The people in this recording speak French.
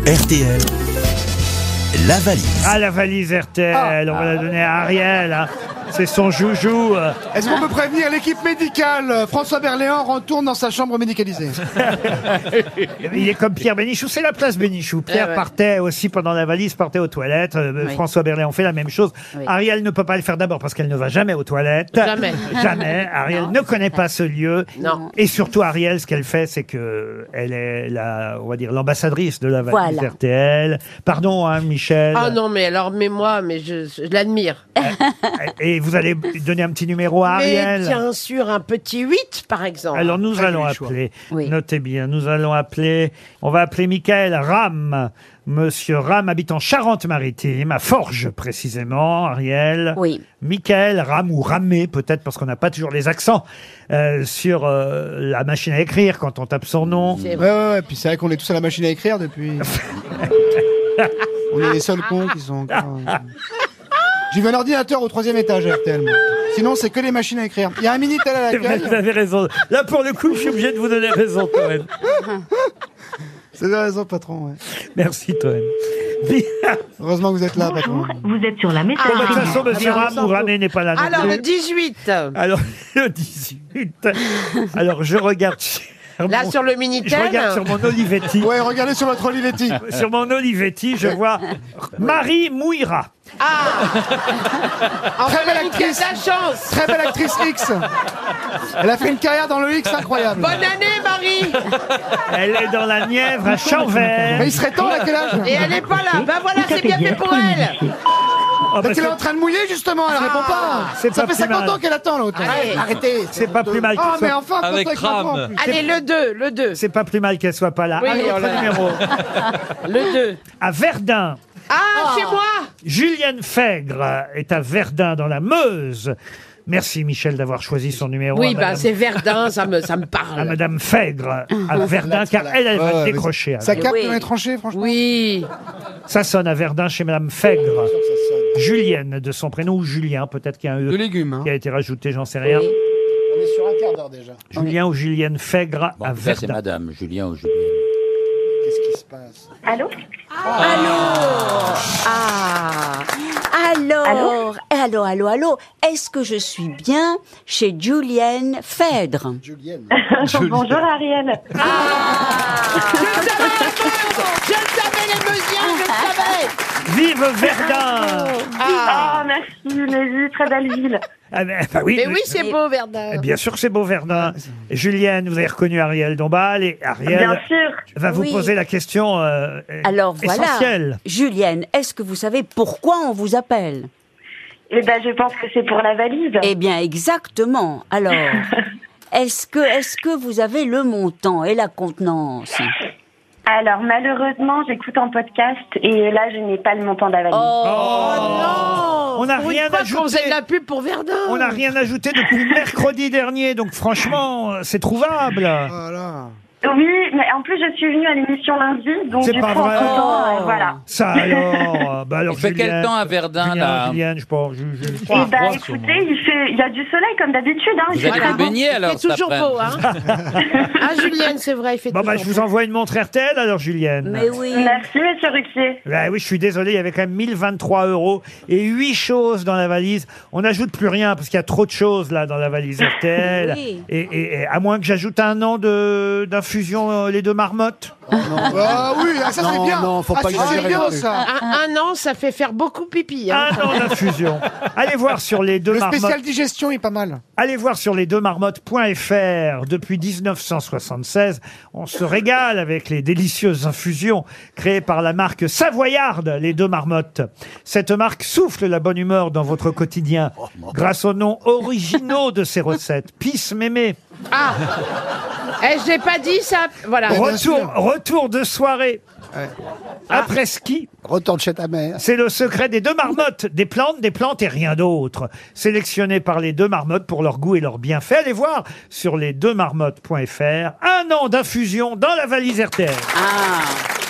RTL, la valise. Ah, la valise RTL, on va la donner à Ariel. Hein. C'est son joujou. Est-ce qu'on peut prévenir l'équipe médicale? François Berléand retourne dans sa chambre médicalisée. Il est comme Pierre Bénichou, c'est la place Bénichou. Pierre partait aussi pendant la valise, partait aux toilettes. François Berléand fait la même chose. Oui. Ariel ne peut pas le faire d'abord parce qu'elle ne va jamais aux toilettes. Jamais. Jamais. Ariel ne connaît pas ce lieu. Non. Et surtout, Ariel, ce qu'elle fait, c'est que elle est on va dire, l'ambassadrice de la valise Voilà. RTL. Pardon, hein, Michel. Ah non, mais alors, je l'admire. Et vous allez donner un petit numéro à Mais Ariel. bien sûr, un petit 8, par exemple. Alors nous allons appeler, notez bien, nous allons appeler, on va appeler Michael Ram. Monsieur Ram habite en Charente-Maritime, à Forges précisément, Ariel. Oui. Michael Ram ou Ramé peut-être parce qu'on n'a pas toujours les accents sur la machine à écrire quand on tape son nom. Ouais, puis c'est vrai qu'on est tous à la machine à écrire depuis. On est les seuls cons qui sont encore. J'ai vu un ordinateur au 3e étage à RTL. moi. Sinon, c'est que les machines à écrire. Il y a un Minitel à C'est vrai, l'accueil. vous avez raison. Là pour le coup, je suis obligé de vous donner raison, Toen. C'est la raison, patron. Ouais. Merci, Toen. Heureusement que vous êtes là, patron. Vous êtes sur la De messagerie. toute façon, monsieur Ram ou Ramé n'est pas là non Alors, plus. le 18. Alors, le 18. Alors, je regarde Là, sur le je Minitel. regarde sur mon Olivetti. Ouais, regardez sur votre Olivetti. Sur mon Olivetti, je vois Marie Mouira. Très belle Quelle actrice. la chance. Très belle actrice X. Elle a fait une carrière dans le X incroyable. Bonne année, Marie. Elle est dans la Nièvre à Mais Chanvert. il serait temps, là, quel âge? Et elle est pas là. Ben voilà, c'est bien fait pour elle. Oh, Parce parce qu'elle est que en train de mouiller, justement, elle répond pas. c'est Ça pas fait plus 50 mal. ans qu'elle attend, l'autre. Allez. Arrêtez. c'est pas plus mal Oh, qu'elle mais soit... enfin, Avec contre Macron, en Cram. plus. Allez, le 2, le 2. C'est pas plus mal qu'elle soit pas là. Oui, Un oh autre là là. numéro. Le 2. À Verdun. Ah, chez moi. Julienne Fègre est à Verdun dans la Meuse. Merci Michel d'avoir choisi son numéro. Oui, à bah Madame- c'est Verdun, ça me à parle. Madame Fègre à Verdun, car elle va Ouais, décrocher. Ça alors. capte Oui. dans les tranchées, franchement. Oui. Ça sonne à Verdun chez Madame Fègre. Julienne de son prénom ou Julien, peut-être qu'il y a un De E légumes, hein. qui a été rajouté, j'en sais rien. Oui. On est sur un quart d'heure déjà. Julien ou Julienne Fègre Bon, à ça, c'est Verdun. madame, Julien ou Julienne. Qu'est-ce qui se passe? Allô? Allô. Est-ce que je suis bien chez Julienne Phèdre? Julienne. Bonjour Ariel. Je le savais, les Meusiens, je le savais. Vive Verdun Ah, merci, Lévi, très belle ville. Ah, bah oui, Mais oui, c'est beau, Verdun. bien sûr que c'est beau Verdun. Julienne, vous avez reconnu Ariel Dombal et Ariel Bien sûr. va vous Oui. poser la question Alors voilà, essentielle. Julienne, est-ce que vous savez pourquoi on vous appelle? Eh ben, je pense que c'est pour la valise. Eh bien, exactement. Alors, est-ce que vous avez le montant et la contenance? Alors, malheureusement, j'écoute en podcast et là, je n'ai pas le montant de la valise. Non. On n'a Pour une rien fois qu'on ajouté. faisait de la pub pour Verdun. On n'a rien ajouté depuis mercredi dernier, donc franchement, c'est trouvable. Voilà. Oui, mais en plus, je suis venue à l'émission lundi, donc C'est du pas coup, vrai. entre-temps, voilà. Ça alors, bah alors Il fait quel Julienne, temps à Verdun, Julien, là Julienne, je pense. Eh Trois, ben, sûrement. écoutez, il y a du soleil comme d'habitude. Hein, Vous allez vous baigner alors C'est cet toujours beau, après-midi. hein. Ah, Julienne, c'est vrai, il fait Bon bah je toujours vous envoie une montre RTL alors Julienne. Mais oui. Merci, monsieur Ruquier. Bah oui, je suis désolé, il y avait quand même 1023 € et 8 choses dans la valise. On n'ajoute plus rien parce qu'il y a trop de choses là dans la valise RTL. Oui. Et à moins que j'ajoute un an d'infusion les deux marmottes. Ah oui, ça c'est bien. non, faut pas ça, c'est exagérer bien non plus. ça. Un an, ça fait faire beaucoup pipi. Hein. Un an d'infusion. Allez voir sur les deux Le marmottes. spécial digestion est pas mal. Allez voir sur lesdeuxmarmottes.fr. Depuis 1976, on se régale avec les délicieuses infusions créées par la marque savoyarde, les deux marmottes. Cette marque souffle la bonne humeur dans votre quotidien grâce aux noms originaux de ses recettes. Pisse mémé, Ah. Eh, je l'ai pas dit, ça. Voilà. bien sûr. retour de soirée. Ouais. Après ski, Retourne chez ta mère. c'est le secret des deux marmottes. Des plantes et rien d'autre. Sélectionnées par les deux marmottes pour leur goût et leur bienfait. Allez voir sur lesdeuxmarmottes.fr. Un an d'infusion dans la valise RTL. Ah.